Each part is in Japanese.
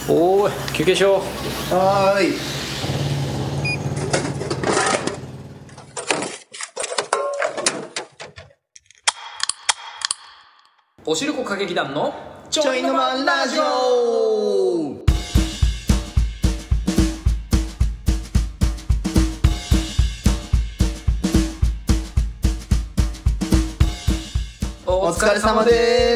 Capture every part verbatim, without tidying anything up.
おーい、休憩しよう。 はーい。 おしるこ歌劇団のちちょいのまラジオ。 おお疲れ様です。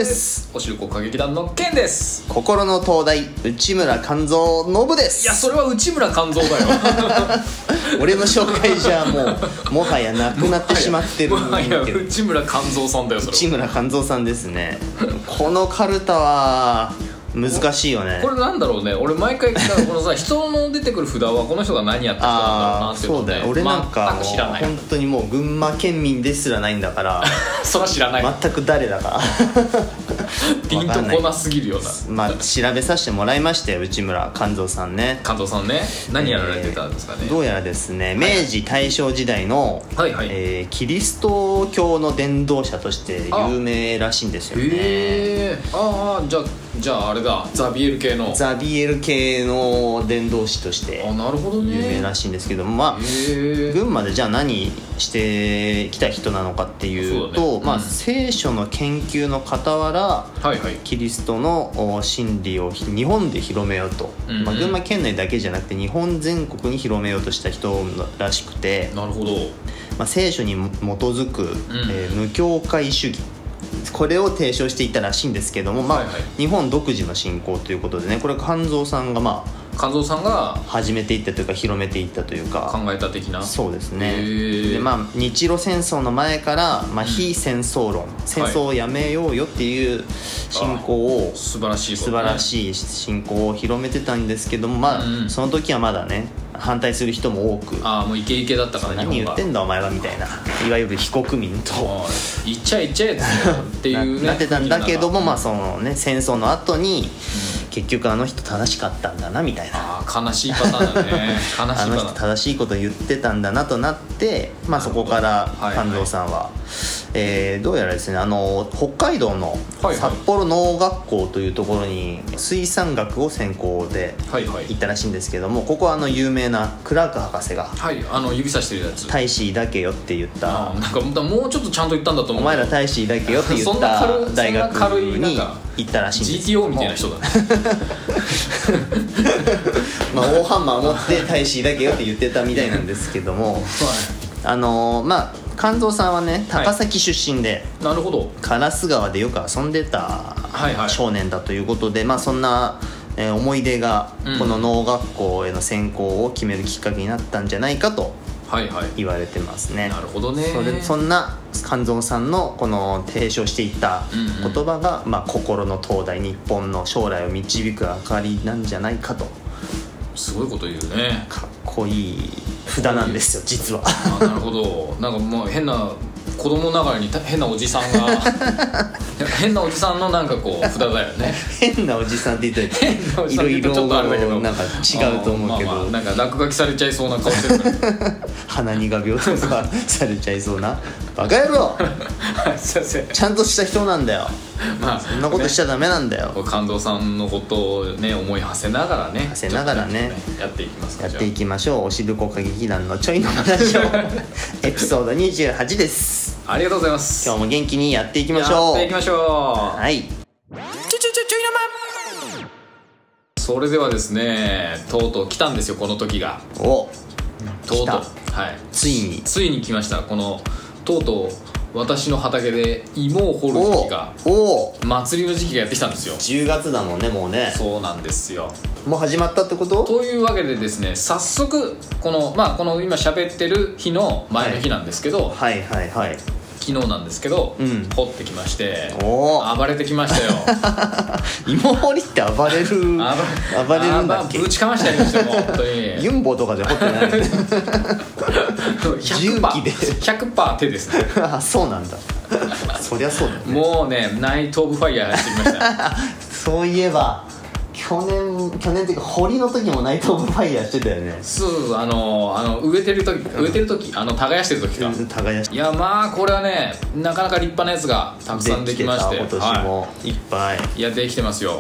おしるこ歌劇団のケンです。 心の東大内村勘三ノブです。 いや、それは内村勘三だよ。 俺の紹介じゃもうもはやなくなってしまってるもはや内村勘三さんだよ。それ内村勘三さんですね。このカルタは難しいよね。 これなんだろうね。俺毎回このさ人の出てくる札はこの人が何やった人なんだろうなっていうのそうだよ。俺なんかもう全く知らない。 本当にもう群馬県民ですらないんだからそら知らない。 全く誰だかピンとこなすぎるような。 まあ調べさせてもらいましたよ。内村勘三さんね。 勘三さんね、何やられてたんですかね。 えーどうやらですね、明治大正時代の、 はいはい、 えーキリスト教の伝道者として有名らしいんですよね。 へえ。ああ、じゃあじゃああれだ、ザビエル系のザビエル系の伝道師としてあ、なるほどね、 有名らしいんですけども、まあ群馬でじゃあ何してきた人なのかっていうと、 そうだね、 まあ、 うん、 聖書の研究の傍ら、 はいはい、 キリストの真理を日本で広めようと、うんうん、まあ、群馬県内だけじゃなくて日本全国に広めようとした人らしくて、 なるほど、 まあ、聖書に基づく、うん、えー、無教会主義、これを提唱していたらしいんですけども、まあ、はいはい、日本独自の信仰ということでね、これ勘三さんがまあ勘三さんが始めていったというか広めていったというか考えた的な。 そうですね。で、まあ、日露戦争の前から、まあ、非戦争論、うん、戦争をやめようよっていう信仰を、 素晴らしい、ね、 素晴らしい信仰を広めてたんですけども、まあ、うん、その時はまだね反対する人も多く、 ああ、もうイケイケだったから、 何言ってんだお前はみたいな、いわゆる非国民と言っちゃえ言っちゃえっていうねなってたんだけども、まあそのね、戦争の後に、うん、結局あの人正しかったんだなみたいな、 あ、悲しいパターンだね。悲しいパターン。 あの人正しいこと言ってたんだなとなって、まあ、そこから勘三さんは、はいはい、えー、どうやらですね、あの北海道の札幌農学校というところに水産学を専攻で行ったらしいんですけども、ここはあの有名なクラーク博士が、 はい、あの指さしてるやつ、 大使抱けよって言った、 なんかもうちょっとちゃんと言ったんだと思う。 お前ら大使抱けよって言った大学に行ったらしいんです。 ジーティーオー みたいな人だね。 まあ大ハンマー持って大使抱けよって言ってたみたいなんですけども、はい、あのー、まあ勘三さんはね高崎出身で、 はい、なるほど、 烏川でよく遊んでた少年だということで、はいはい、まあそんな、えー、思い出がこの農学校への専攻を決めるきっかけになったんじゃないかと言われてますね。 はいはい、なるほどね。 それそんな勘三さんのこの提唱していった言葉が、うんうん、まあ、心の東大、日本の将来を導く明かりなんじゃないかと。 すごいこと言うね。 かっこいい札なんですよ実は。 あ、なるほど。なんかもう変な子供ながらに変なおじさんが変なおじさんのなんかこう札だよね。 変なおじさんって言ったらいろいろちょっとあれだけどなんか違うと思うけど、 まあまあ、なんか落書きされちゃいそうな顔してるから鼻に画鋲とかされちゃいそうなバカ野郎すいません、 ちゃんとした人なんだよ。まあ、そんなことしちゃダメなんだよ。 勘三さんのことをね思い馳せながらね馳せながらねやっていきますやっていきましょう。おしるこ歌劇団のちょいのラジオエピソードにじゅうはちです。 ありがとうございます。 今日も元気にやっていきましょう。 やっていきましょう。 はい。ちょちょちょちょいのま。それではですね、とうとう来たんですよこの時が。 お、 とうとう、はい、 ついについに来ました。このとうとう私の畑で芋を掘る時期が、おお祭りの時期がやってきたんですよ。 じゅうがつだもんね、もうね。 そうなんですよ。 もう始まったってこと？ というわけでですね、早速このまあこの今喋ってる日の前の日なんですけど、 はい、はいはいはい昨日なんですけど、うん、掘ってきまして、 お暴れてきましたよ。 芋掘りって暴れる暴れるんだっけ？ ぶちかましてやりましたよ本当に。 ユンボとかで掘ってない重機でひゃくパーセント 手ですね。 あ、そうなんだ。そりゃそうだね。 もうね、ナイトオブファイヤーやってきました。 そういえば去年去年っていうか堀の時もナイトオブファイヤーしてたよね。 そう、あのあの植えてる時植えてる時あの耕してる時か。 耕しいやまあこれはねなかなか立派なやつがたくさんできまして、 今年もいっぱい、 はい、いやできてますよ。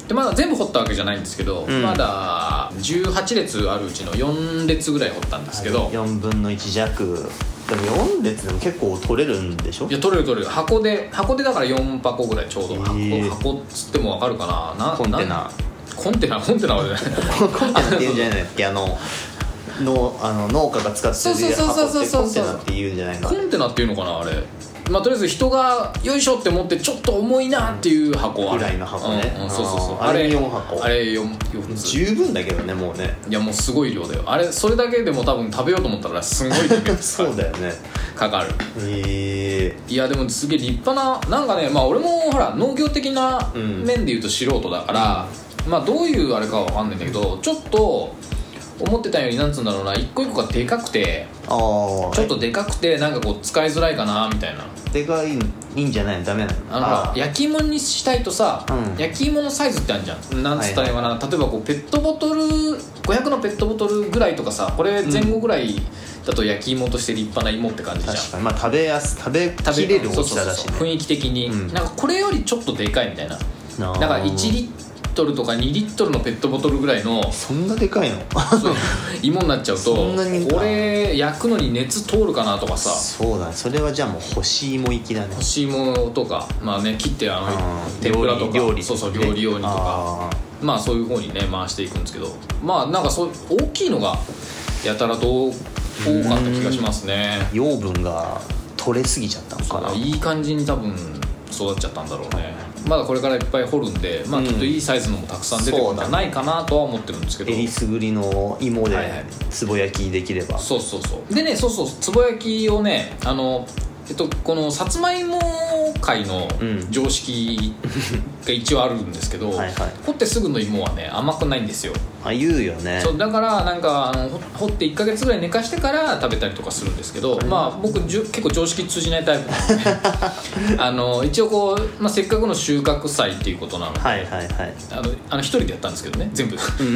でまだ全部掘ったわけじゃないんですけど、うん、まだじゅうはち列あるうちのよん列ぐらい掘ったんですけど、 よんぶんのいち弱。でもよん列でも結構取れるんでしょ。 いや取れる取れる。箱で箱でだからよん箱ぐらいちょうど、箱箱っつっても分かるかな。なコンテナコンテナコンテナはじゃないコンテナって言うんじゃないっけ、あののあの農家が使ってる箱ってコンテナって言うんじゃないの。 コンテナっていうのかなあれ。まあとりあえず人がよいしょって持ってちょっと重いなっていう箱、 うん、ぐらいの箱ね、 うんうん、そうそうそう、 あれよん箱、 あれ 4, 4つ十分だけどねもうね。 いやもうすごい量だよあれ。それだけでも多分食べようと思ったらすごい量そうだよねかかる。 へえー、 いやでもすげえ立派な、なんかね、まあ俺もほら農業的な面で言うと素人だから、うん、まあどういうあれかは分かんないんだけど、ちょっと思ってたよりなんつうんだろうな、一個一個がでかくて、あちょっとでかくてなんかこう使いづらいかなみたいな。 でかいいいんじゃないの？ダメなの？ あのほら焼き芋にしたいとさ、うん、焼き芋のサイズってあるじゃん。なんつったらいいかな、はいはい、例えばこうペットボトルごひゃくのペットボトルぐらいとかさ、これ前後ぐらいだと焼き芋として立派な芋って感じじゃん。 確かに、まあ、食べやす食べきれる大きさだしね。 雰囲気的に、うん、なんかこれよりちょっとでかいみたいな。だからいちリットルとかにリットルのペットボトルぐらいの、 そんなでかいの芋になっちゃうと、 そんなにこれ焼くのに熱通るかなとかさ。 そうだね、それはじゃあもう干し芋行きだね。 干し芋とかまあね、切ってあの天ぷらとか料理そうそう料理用にとか、まあそういう方にね回していくんですけど、まあなんかそう大きいのがやたらと多かった気がしますね。 養分が取れすぎちゃったのかな。 いい感じに多分育っちゃったんだろうね。まだこれからいっぱい掘るんで、まあきっといいサイズのもたくさん出てくるんじゃないかなとは思ってるんですけど、 えりすぐりの芋でつぼ焼きできれば、 そうそうそうでね、そうそうつぼ焼きをね、あのえっとこのさつまいも界の常識が一応あるんですけど、うんはいはい、掘ってすぐの芋はね甘くないんですよ。 あ、言うよね。 そうだからなんかあの掘っていっかげつぐらい寝かしてから食べたりとかするんですけど、まあ僕じゅ結構常識通じないタイプなんで、ね、あの一応こう、まあ、せっかくの収穫祭っていうことなので、 はいはいはい、 あのあの一人でやったんですけどね全部、うん、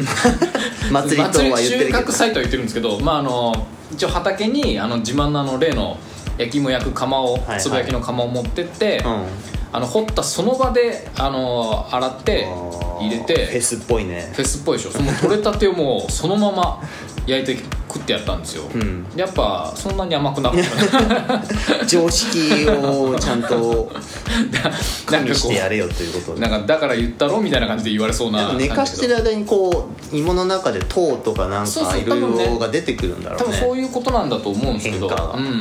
祭りとは言ってるけど、 収穫祭とは言ってるんですけど、まああの一応畑にあの自慢のあの例の焼き芋焼く釜を、はいはい、つぼ焼きの釜を持ってって、うん、あの掘ったその場であの洗って入れて、 フェスっぽいね。 フェスっぽいでしょ。その取れたてをもうそのまま焼いて食ってやったんですよ、うん、やっぱそんなに甘くなかった常識をちゃんと加味してやれよということで、 なんかだから言ったろみたいな感じで言われそうな。 寝かしてる間にこう芋の中で糖とかなんかいろいろが出てくるんだろうね。 多分そういうことなんだと思うんですけど、うん、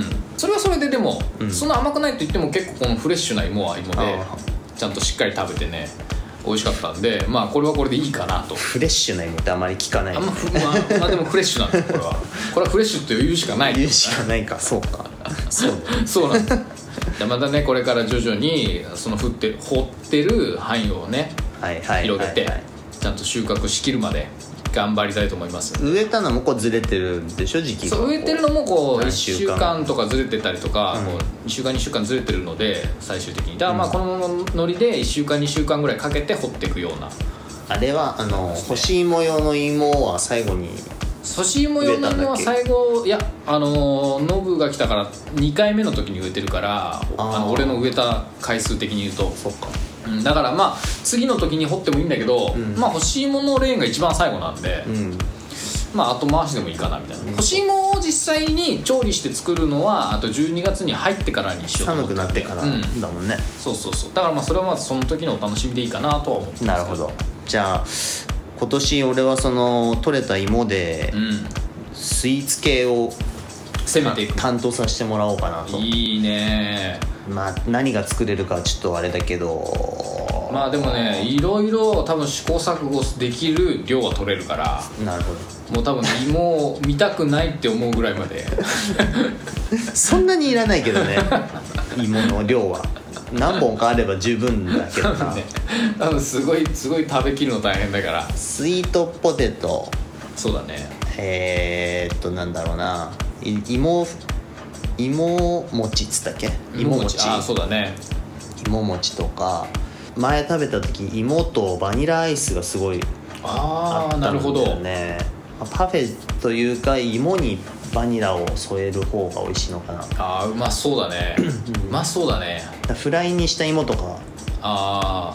それはそれででも、うん、そんな甘くないと言っても結構このフレッシュな芋は芋でちゃんとしっかり食べてね美味しかったんで、まあこれはこれでいいかなと。 フレッシュな芋ってあまり聞かない、ね、 あんま、まあ、まあでもフレッシュなんですこれはこれはフレッシュって言うしかない言うしかないか。そうかそうそうなんですじゃまたねこれから徐々にその掘って掘ってる範囲をね、はいはい、広げて、はいはい、ちゃんと収穫しきるまで頑張りたいと思います。 植えたのもこうずれてるんでしょ時期が。 そう植えてるのもこういっしゅうかんとかずれてたりとか、うん、こういっしゅうかんにしゅうかんずれてるので最終的にだからまあこのノリでいっしゅうかんにしゅうかんぐらいかけて掘っていくような。 あれはあの干し芋用の芋は最後に干し芋用の芋は最後いやあのノブが来たからにかいめの時に植えてるからあの俺の植えた回数的に言うとそうか、 うん、だからまあ次の時に掘ってもいいんだけど、うん、まあ干し芋のレーンが一番最後なんで、うん、まあ後回しでもいいかなみたいな、うん、干し芋を実際に調理して作るのはあとじゅうにがつに入ってからにしようと思って。 寒くなってからだもんね、うん、 そうそうそう。だからまあそれはまずその時のお楽しみでいいかなとは思ってます。 なるほど。じゃあ今年俺はその取れた芋で、うんスイーツ系を攻めていく担当させてもらおうかなと。 いいね。 まあ何が作れるかはちょっとあれだけど、 まあでもねいろいろ多分試行錯誤できる量は取れるから。 なるほど。もう多分芋を見たくないって思うぐらいまでそんなにいらないけどね芋の量は何本かあれば十分だけどな、ね、 多分すごいすごい食べきるの大変だから。 スイートポテト。 そうだね。 えー、っとなんだろうな芋芋餅っつったっけ。 芋餅。ああそうだね。 芋餅とか前食べた時芋とバニラアイスがすごいあったんだよね。あーなるほど。パフェというか芋にバニラを添える方が美味しいのかな。 あーうまそうだねうまそうだね。 フライにした芋とかあ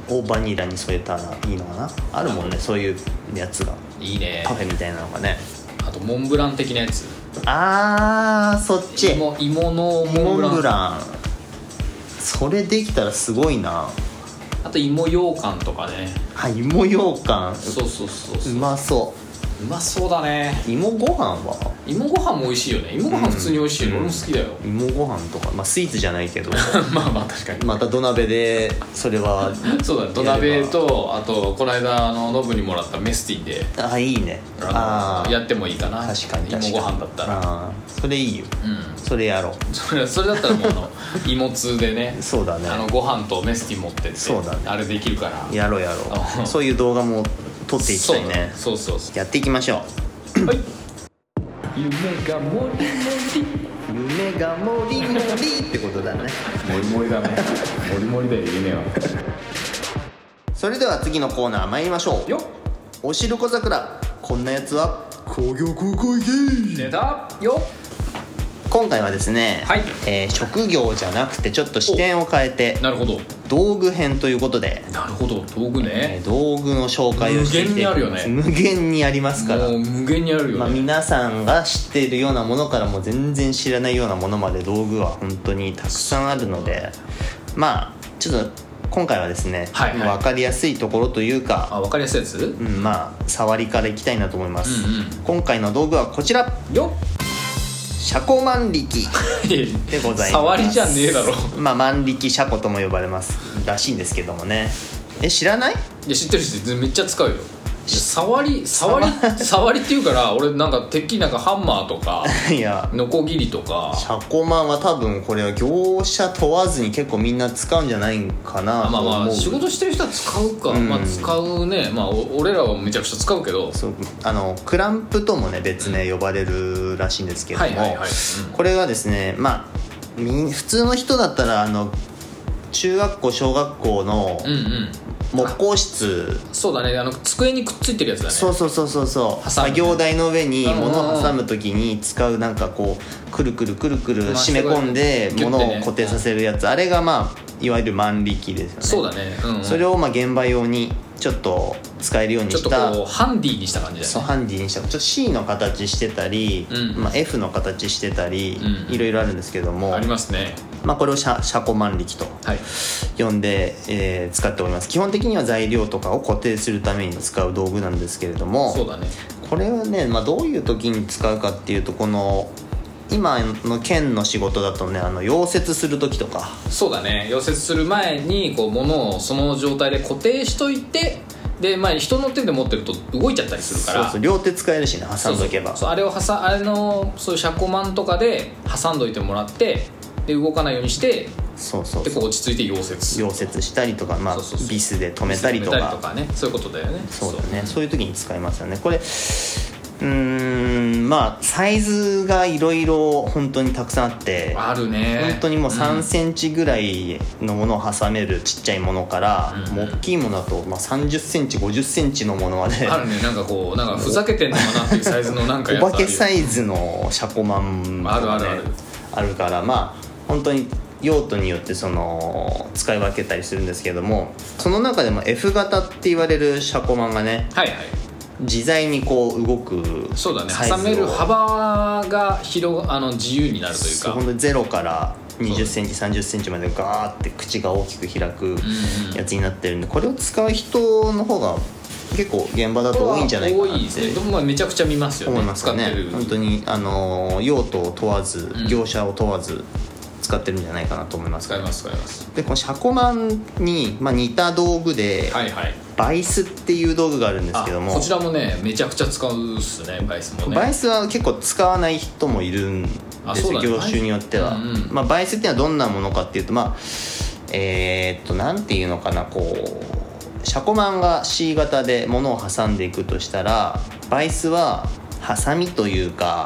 をバニラに添えたらいいのかな。あるもんねそういうやつがいいね。 パフェみたいなのがね。 あとモンブラン的なやつ。 あーそっち芋、芋のモンブラン。 モンブランそれできたらすごいな。 あと芋羊羹とかね。 あ芋羊羹そうそうそうそう、 うまそう。 うまそうだね。 芋ご飯は芋ご飯も美味しいよね。芋ご飯普通に美味しいよ、うん、俺も好きだよ。 芋ご飯とか、まあ、スイーツじゃないけどまあまあ確かにまた土鍋でそれはそうだね、土鍋とあとこの間あのノブにもらったメスティンであいいねああやってもいいかな。 確かに芋ご飯だったらあそれいいよ、うん、それやろう。 それそれだったらもうあの芋通でねそうだね、 あのご飯とメスティン持ってってそうだ、ね、あれできるからやろうやろうそういう動画も撮っていきたいね。 そうそうそうやっていきましょう。はい夢がもりもり夢がもりもりってことだね。 もりもりだねもりもりだよ夢はそれでは次のコーナー参りましょう。 よっおしるこ桜こんなやつは工業高校行け出たよ。 今回はですね、 はいえー、職業じゃなくてちょっと視点を変えてなるほど道具編ということで。 なるほど道具ね、 えー、道具の紹介をしていて無限にあるよね。 無限にありますからもう無限にあるよね、 まあ、皆さんが知っているようなものからも全然知らないようなものまで道具は本当にたくさんあるので、まあちょっと今回はですね、はいはい、分かりやすいところというかあ分かりやすいやつ、 うん、まあ触りからいきたいなと思います、 うんうん、 今回の道具はこちらよっ車庫万力でございます。 触りじゃねえだろまあ万力車庫とも呼ばれますらしいんですけどもね。え知らない？ いや知ってるしめっちゃ使うよ。触り触り触りっていうから俺なんかてっきりなんかハンマーとかいやノコギリとか車庫万は多分これは業者問わずに結構みんな使うんじゃないかなと思う。 まあまあ仕事してる人は使うか、うん、まあ使うね。まあ俺らはめちゃくちゃ使うけどそうあのクランプともね別名呼ばれるらしいんですけども、 はいはいはい、うん、 これがですねまあ普通の人だったらあの中学校小学校の、うんうん木工室そうだねあの机にくっついてるやつだね。 そうそうそうそうそう作業台の上に物を挟む時に使うなんかこうくるくるくるくる締め込んで物を固定させるやつ、あれがまあいわゆる万力ですよね。 そうだね、うんうん、 それをまあ現場用にちょっと使えるようにしたちょっとこうハンディにした感じだよね。 そうハンディにしたちょっと シー の形してたり、うんまあ、エフ の形してたり、うん、いろいろあるんですけどもありますね。 まあ、これを車庫万力と呼んで、はいえー、使っております。基本的には材料とかを固定するために使う道具なんですけれども、 そうだねこれはね、まあ、どういう時に使うかっていうとこの今の県の仕事だとねあの溶接する時とかそうだね溶接する前にこう物をその状態で固定しといてで、まあ、人の手で持ってると動いちゃったりするからそうそう両手使えるしね挟んどけばそうそうそうあれを挟あれのそういう車庫万とかで挟んどいてもらってで動かないようにしてそうそうそうでこう落ち着いて溶接溶接したりとか、まあ、そうそうそうビスで止めたりとか止めたりとかねそういうことだよね。 そうだね そう, そういう時に使いますよねこれ。うーんまあサイズがいろいろ本当にたくさんあってあるね本当にもうさんセンチぐらいのものを挟めるちっちゃいものから、うん、もう大きいものだと、まあ、さんじゅっセンチごじゅっセンチのものまであるね。なんかこうなんかふざけてんのかなっていうサイズのなんかやつあるよお化けサイズの車庫万も、ね、 あるあるあるあるからまあ本当に用途によってその使い分けたりするんですけどもその中でも F 型って言われる車庫万がねはいはい自在にこう動くそうだね挟める幅が広あの自由になるというか本当にゼロからにじゅっセンチさんじゅっセンチまでガーって口が大きく開くやつになってるんでこれを使う人の方が結構現場だと多いんじゃないかなって多いですね。 でもめちゃくちゃ見ますよね。 思いますかね。使ってる本当にあの用途を問わず業者を問わず使ってるんじゃないかなと思います。 使います使います。 でこの車庫万に、まあ、似た道具で、はいはい、バイスっていう道具があるんですけどもこちらもねめちゃくちゃ使うっすね。バイスもねバイスは結構使わない人もいるんですよ、ね、業種によっては、うんうんまあ、バイスっていうのはどんなものかっていうとまあえー、っとなんていうのかなこう車庫万が シー 型で物を挟んでいくとしたらバイスはハサミというか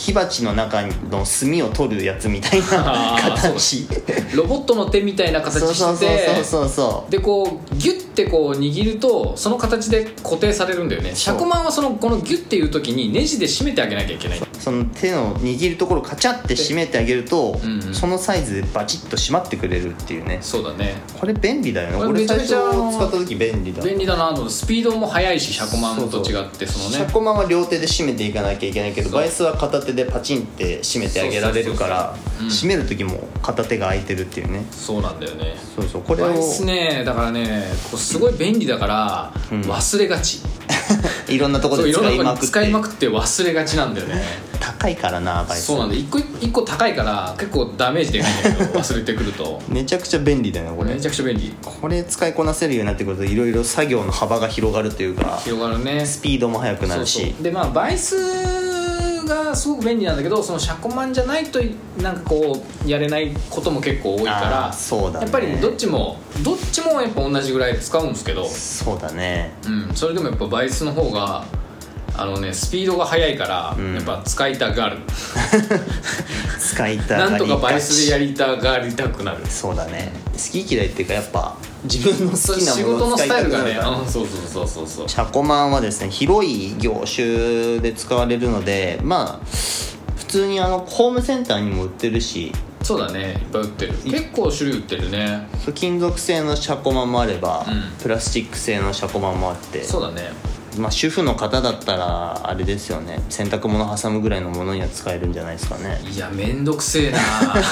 火鉢の中の炭を取るやつみたいな形ロボットの手みたいな形して、 そうそうそうそうそうでこうギュッてこう握るとその形で固定されるんだよね。尺満はそのこのギュッていう時にネジで締めてあげなきゃいけない。 その手の握るところカチャって締めてあげると、うんうん、そのサイズでバチッと締まってくれるっていうね。 そうだね、 これ便利だよね。これ最初使った時便利だ便利だなと。スピードも速いし尺満と違ってそのね、 尺満は両手で締めていかなきゃいけないけどバイスは片手でパチンって締めてあげられるから締める時も片手が空いてるっていうね。 そうなんだよね。 そうそう、これをバイスね、だからねこうすごい便利だから忘れがち、 うん、いろんなところで使いまくって使いまくって忘れがちなんだよね高いからなバイス。 そうなんだ、一個一個高いから結構ダメージでかいんだけど忘れてくるとめちゃくちゃ便利だよねこれ。 めちゃくちゃ便利。 これ使いこなせるようになってくるといろいろ作業の幅が広がるというか、 広がるね。 スピードも速くなるし。 そうそうでまあバイスがすごく便利なんだけど、その尺満じゃないとなんかこうやれないことも結構多いから、 そうだね、 やっぱりどっちもどっちもやっぱ同じぐらい使うんですけど、 そうだね、 うん、それでもやっぱバイスの方があのねスピードが速いから、うん、やっぱ使いたがる使いたがりなんとかバイスでやりたがりたくなる。 そうだね、好き嫌いっていうかやっぱ自分の好きなものを使いたくなるから、 ね、そうそうそうそうそう。 尺満はですね広い業種で使われるので、まあ普通にあのホームセンターにも売ってるし。 そうだね、いっぱい売ってる。結構種類売ってるね。 金属製の尺満もあれば、うん、プラスチック製の尺満もあって。 そうだね。 まあ、主婦の方だったらあれですよね、洗濯物挟むぐらいのものには使えるんじゃないですかね。 いやめんどくせえな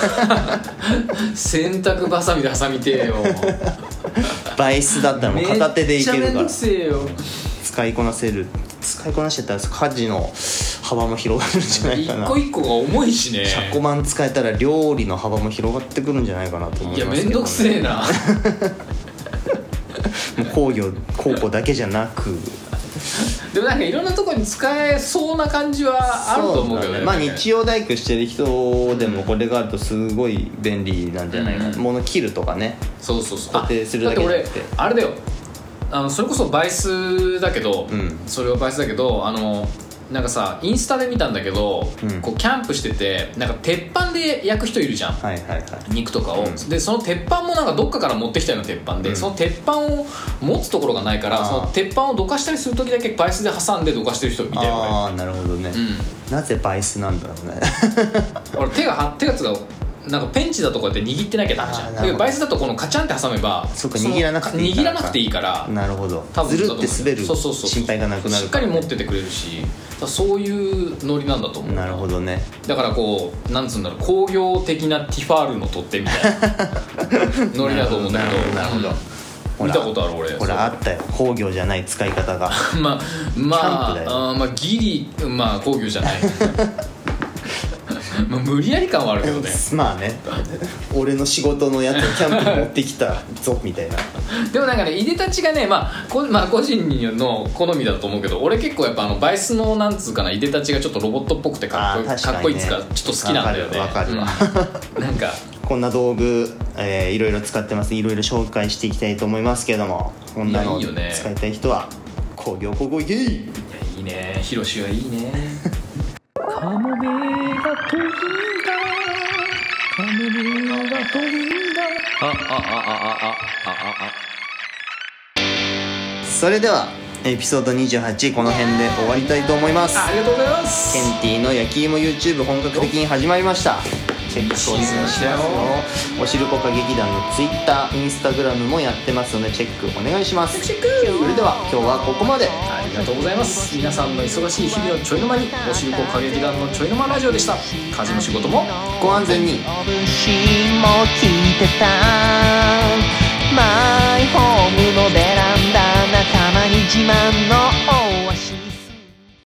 洗濯バサミで挟みてえよバイスだったらもう片手でいけるからめっちゃめんどくせえよ。 使いこなせる。使いこなしてたら家事の幅も広がるんじゃないかな。 一個一個が重いしね。 尺満使えたら料理の幅も広がってくるんじゃないかなと思いますけど、ね、 いやめんどくせえなもう工業高校だけじゃなくでもなんかいろんなところに使えそうな感じはあると思うけど ね, ねまあ日曜大工してる人でもこれがあるとすごい便利なんじゃないかな、うん、物切るとかね。 そうそうそう、 固定するだけじゃなくて、 だって俺あれだよ、あのそれこそバイスだけど、うん、それはバイスだけどあのなんかさインスタで見たんだけど、うん、こうキャンプしててなんか鉄板で焼く人いるじゃん、 はいはいはい、 肉とかを、うん、でその鉄板もなんかどっかから持ってきたような鉄板で、うん、その鉄板を持つところがないからその鉄板をどかしたりする時だけバイスで挟んでどかしてる人みたいな。 ああなるほどね、うん、なぜバイスなんだろうね俺手が手がつがなんかペンチだとかって握ってなきゃダメじゃん。だけどバイスだとこのカチャンって挟めばそうか握らなくていい握らなくていいから。 なるほど、ずるって滑る心配がなくなるから、ね、 しっかり持っててくれるし、そういうノリなんだと思う。 なるほどね。 だからこうなんつうんだろう、工業的なティファールの取っ手みたいなノリだと思うんだけどなるほど、 うん、見たことある俺。 これあったよ、工業じゃない使い方がまあまああまあギリまあ工業じゃないまあ無理やり感はあるけどねまあね俺の仕事のやつをキャンプに持ってきたぞみたいなでもなんかねいでたちがね、まあ、こまあ個人の好みだと思うけど、俺結構やっぱあのバイスのなんつうかないでたちがちょっとロボットっぽくてかっこいい、ね、かっこいいっつうかちょっと好きなんだよね。 わかるわかるわ、うん、なんかこんな道具、えー、いろいろ使ってます。いろいろ紹介していきたいと思いますけども、こんなの使いたい人は工業高校行け。いやいいね、ヒロシはいいねカモメが飛んだカモメが飛んだあああああああそれではエピソードにじゅうはちこの辺で終わりたいと思います。 ありがとうございます。 ケンティの焼き芋 YouTube 本格的に始まりました。チェックしてみましょう。おしるこ歌劇団の Twitter、Instagram もやってますのでチェックお願いします。 チェックチェック。 それでは今日はここまで。 ありがとうございます。皆さんの忙しい日々のちょいの間におしるこ歌劇団のちょいの間ラジオでした。家事の仕事もご安全に。 も聞いてたマイホームのベランダ仲間に自慢のオアシス